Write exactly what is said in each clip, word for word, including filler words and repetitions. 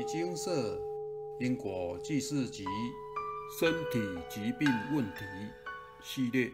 精舍因果记事集身体疾病问题系列，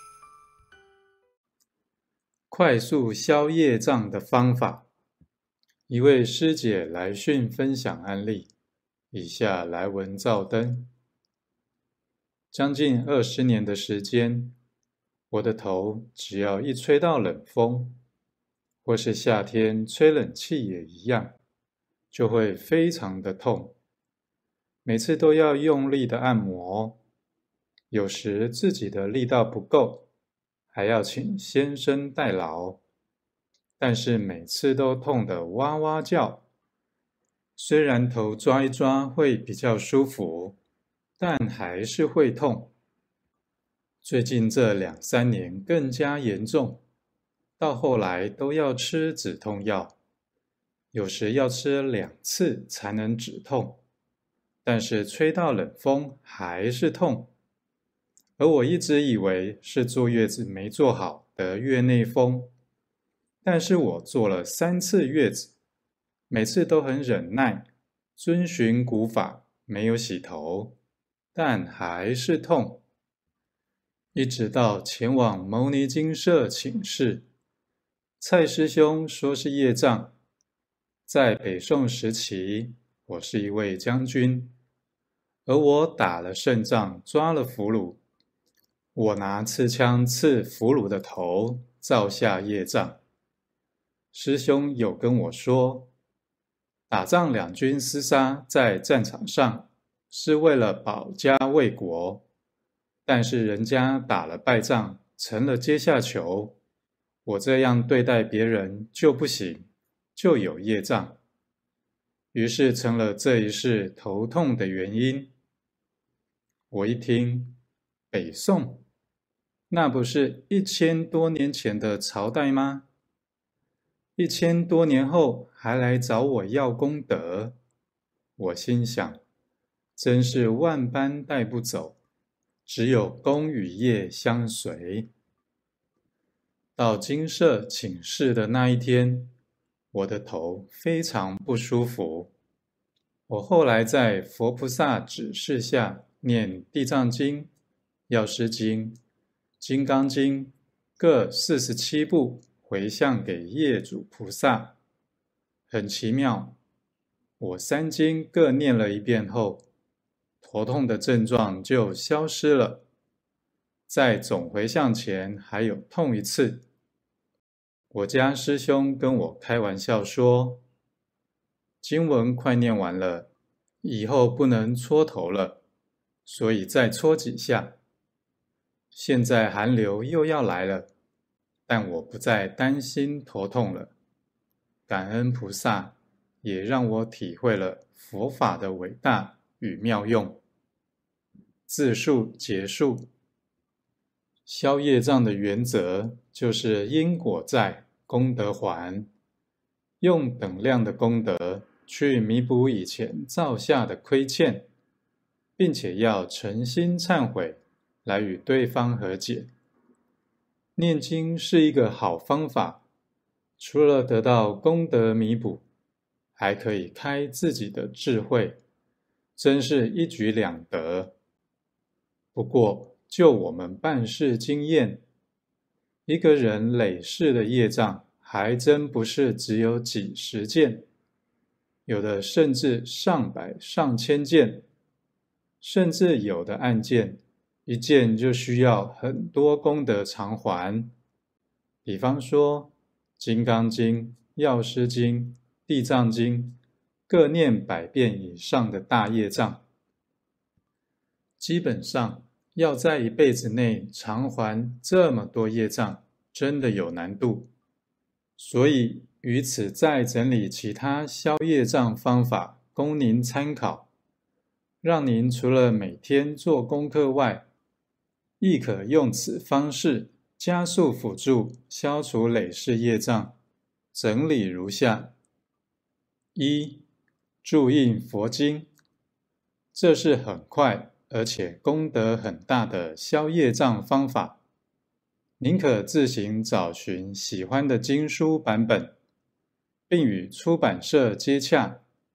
快速消业障的方法。一位师姐来讯分享案例，以下来文照登。将近二十年的时间，我的头只要一吹到冷风，或是夏天吹冷气也一样，就会非常的痛。每次都要用力的按摩，有时自己的力道不够，还要请先生代劳，但是每次都痛得哇哇叫。虽然头抓一抓会比较舒服，但还是会痛。最近这两三年更加严重，到后来都要吃止痛药，有时要吃两次才能止痛，但是吹到冷风还是痛。而我一直以为是坐月子没做好得月内风，但是我做了三次月子，每次都很忍耐，遵循古法，没有洗头，但还是痛。一直到前往牟尼精舍请示，蔡师兄说是业障。在北宋时期，我是一位将军，而我打了胜仗，抓了俘虏，我拿刺枪刺俘虏的头，造下业障。师兄有跟我说，打仗两军厮杀在战场上，是为了保家卫国，但是人家打了败仗，成了阶下囚，我这样对待别人就不行，就有业障，于是成了这一世头痛的原因。我一听，北宋，那不是一千多年前的朝代吗？一千多年后还来找我要功德，我心想，真是万般带不走，只有功与业相随。到精舍请示的那一天，我的头非常不舒服。我后来在佛菩萨指示下念地藏经、药师经、金刚经各四十七部回向给业主菩萨。很奇妙，我三经各念了一遍后，头痛的症状就消失了。在总回向前还有痛一次。我家师兄跟我开玩笑说，经文快念完了，以后不能搓头了，所以再搓几下。现在寒流又要来了，但我不再担心头痛了。感恩菩萨，也让我体会了佛法的伟大与妙用。自述结束。消业障的原则就是因果在，功德还，用等量的功德去弥补以前造下的亏欠，并且要诚心忏悔，来与对方和解。念经是一个好方法，除了得到功德弥补，还可以开自己的智慧，真是一举两得。不过就我们办事经验，一个人累世的业障还真不是只有几十件，有的甚至上百上千件，甚至有的案件一件就需要很多功德偿还。比方说金刚经、药师经、地藏经各念百遍以上的大业障，基本上要在一辈子内偿还这么多业障，真的有难度。所以于此再整理其他消业障方法供您参考，让您除了每天做功课外，亦可用此方式加速辅助消除累世业障。整理如下：一、注印佛经，这是很快而且功德很大的消业障方法。您可自行找寻喜欢的经书版本，并与出版社接洽，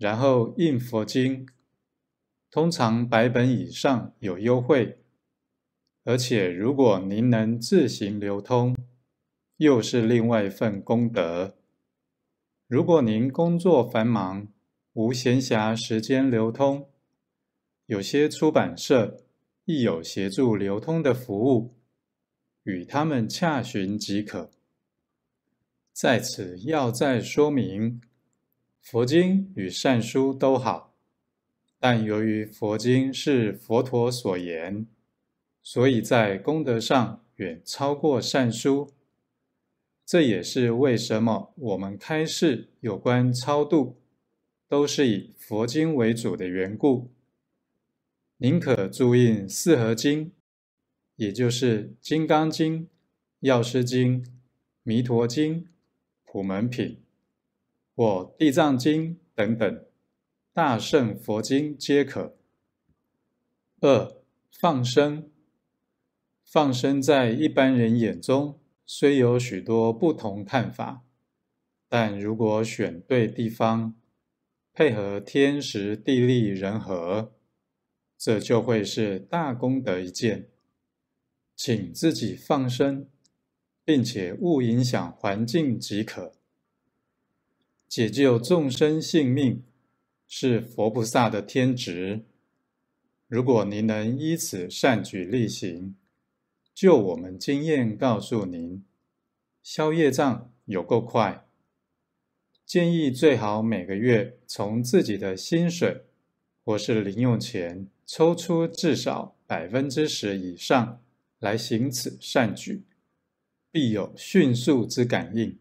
然后印佛经，通常百本以上有优惠，而且如果您能自行流通，又是另外一份功德。如果您工作繁忙，无闲暇时间流通，有些出版社亦有协助流通的服务，与他们洽询即可。在此要再说明，佛经与善书都好，但由于佛经是佛陀所言，所以在功德上远超过善书。这也是为什么我们开示有关超度，都是以佛经为主的缘故。宁可注印四合经，也就是《金刚经》、《药师经》、《弥陀经》、《普门品》或《地藏经》等等大乘佛经皆可。二、放生。放生在一般人眼中虽有许多不同看法，但如果选对地方，配合天时地利人和，这就会是大功德一件。请自己放生，并且勿影响环境即可。解救众生性命是佛菩萨的天职，如果您能依此善举力行，就我们经验告诉您，消业障有够快。建议最好每个月从自己的薪水或是零用钱抽出至少百分之十以上来行此善举，必有迅速之感应。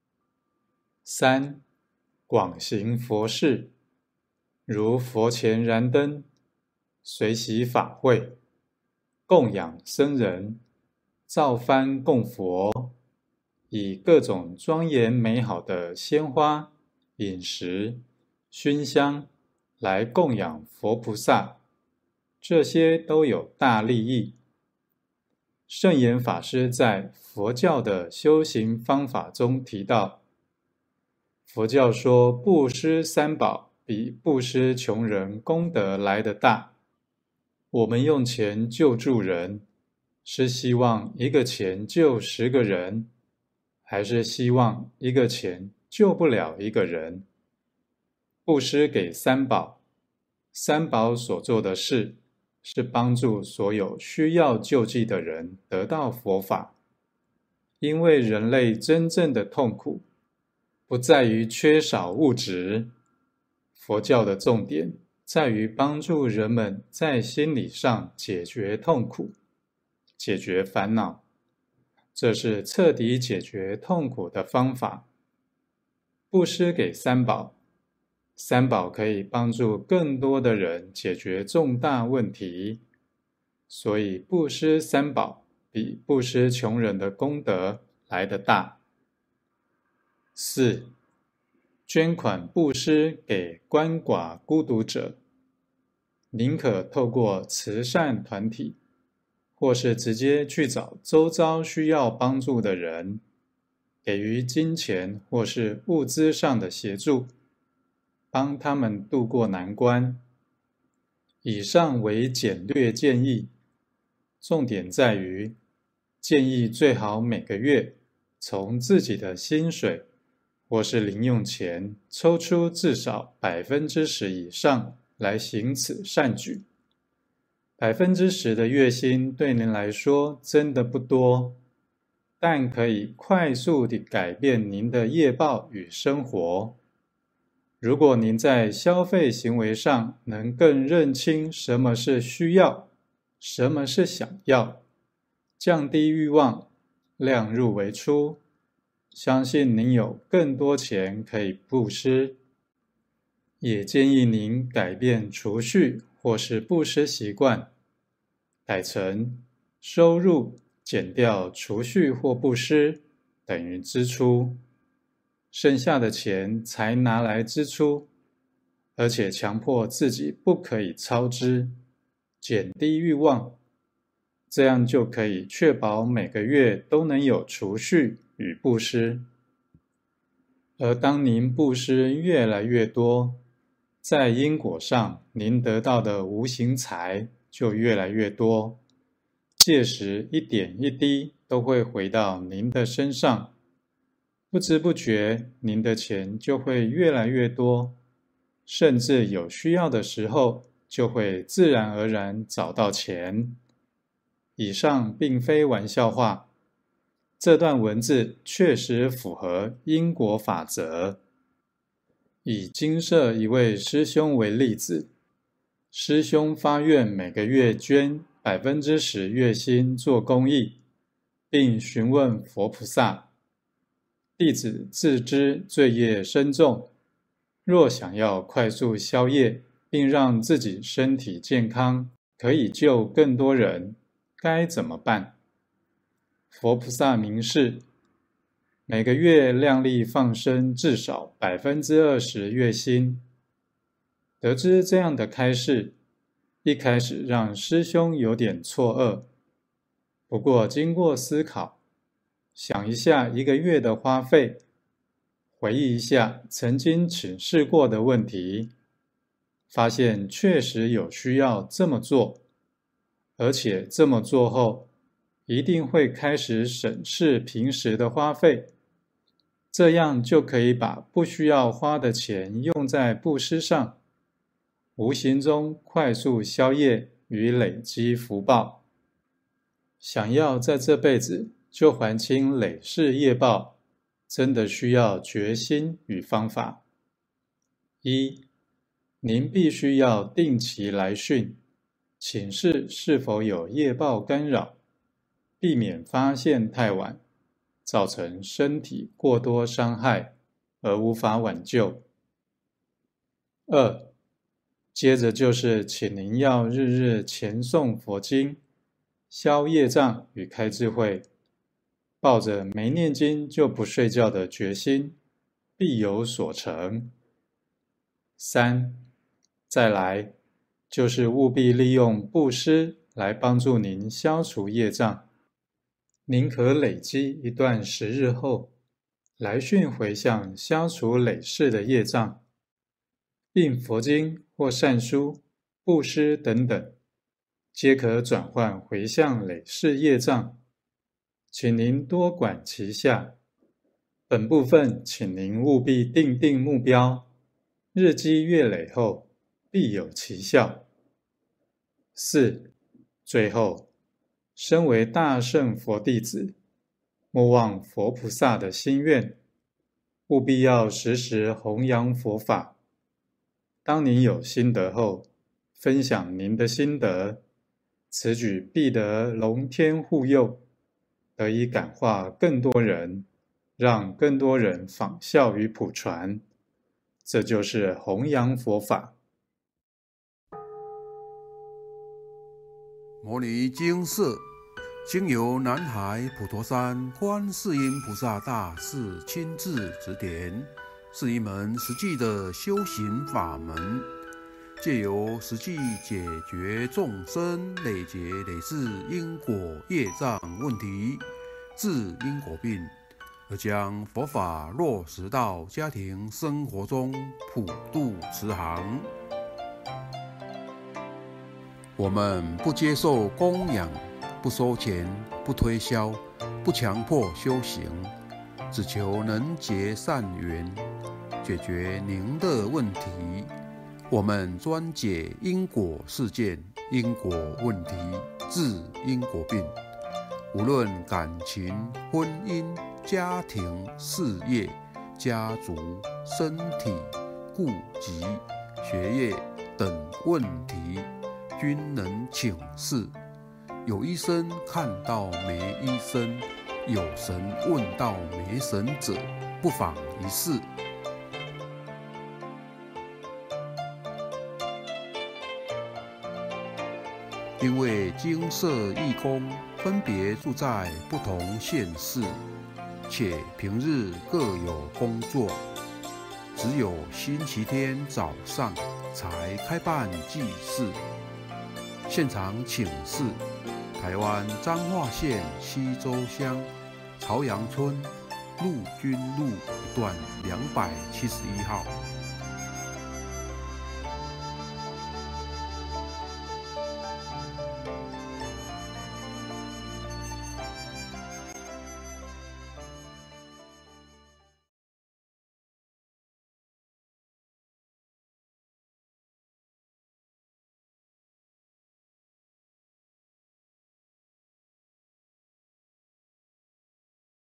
三、广行佛事，如佛前燃灯、随喜法会、供养僧人、造幡供佛，以各种庄严美好的鲜花、饮食、熏香来供养佛菩萨，这些都有大利益。圣严法师在佛教的修行方法中提到，佛教说布施三宝比布施穷人功德来得大。我们用钱救助人，是希望一个钱救十个人，还是希望一个钱救不了一个人？布施给三宝，三宝所做的事是帮助所有需要救济的人得到佛法。因为人类真正的痛苦不在于缺少物质，佛教的重点在于帮助人们在心理上解决痛苦，解决烦恼，这是彻底解决痛苦的方法。布施给三宝，三宝可以帮助更多的人解决重大问题，所以布施三宝比布施穷人的功德来得大。四、捐款布施给鳏寡孤独者，宁可透过慈善团体，或是直接去找周遭需要帮助的人，给予金钱或是物资上的协助，帮他们渡过难关。以上为简略建议，重点在于建议最好每个月从自己的薪水或是零用钱抽出至少百分之十以上来行此善举。百分之十的月薪对您来说真的不多，但可以快速地改变您的业报与生活。如果您在消费行为上能更认清什么是需要，什么是想要，降低欲望，量入为出，相信您有更多钱可以布施。也建议您改变储蓄或是布施习惯，改成收入减掉储蓄或布施等于支出，剩下的钱才拿来支出，而且强迫自己不可以超支，减低欲望，这样就可以确保每个月都能有储蓄与布施。而当您布施越来越多， 在因果上，您得到的无形财就越来越多，届时一点一滴都会回到您的身上，不知不觉，您的钱就会越来越多，甚至有需要的时候，就会自然而然找到钱。以上并非玩笑话，这段文字确实符合因果法则。以精舍一位师兄为例子，师兄发愿每个月捐百分之十月薪做公益，并询问佛菩萨：弟子自知罪业深重，若想要快速消业，并让自己身体健康，可以救更多人，该怎么办？佛菩萨明示：每个月量力放生至少百分之二十月薪。得知这样的开示，一开始让师兄有点错愕，不过经过思考，想一下一个月的花费，回忆一下曾经请示过的问题，发现确实有需要这么做，而且这么做后，一定会开始审视平时的花费。这样就可以把不需要花的钱用在布施上，无形中快速消业与累积福报。想要在这辈子就还清累世业报，真的需要决心与方法。一，您必须要定期来训，请示是否有业报干扰，避免发现太晚，造成身体过多伤害而无法挽救。二，接着就是请您要日日虔诵佛经，消业障与开智慧，抱着没念经就不睡觉的决心，必有所成。三，再来就是务必利用布施来帮助您消除业障。您可累积一段时日后，来讯回向消除累世的业障，印佛经或善书、布施等等，皆可转换回向累世业障。请您多管齐下。本部分请您务必定定目标，日积月累后必有奇效。四，最后，身为大乘佛弟子，莫忘佛菩萨的心愿，务必要时时弘扬佛法。当您有心得后，分享您的心得，此举必得龙天护佑，得以感化更多人，让更多人仿效与普传。这就是弘扬佛法。 摩尼精舍经由南海普陀山观世音菩萨大士亲自指点，是一门实际的修行法门，借由实际解决众生累劫累世因果业障问题，治因果病，而将佛法落实到家庭生活中，普度慈航。我们不接受供养，不收钱，不推销，不强迫修行，只求能结善缘，解决您的问题。我们专解因果事件、因果问题，治因果病。无论感情、婚姻、家庭、事业、家族、身体、顾及、学业等问题，均能请示。有医生看到没医生，有神问到没神者，不妨一试。因为精舍义工分别住在不同县市，且平日各有工作，只有星期天早上才开办祭祀。现场请示台湾彰化县溪州乡朝阳村陆军路一段两百七十一号。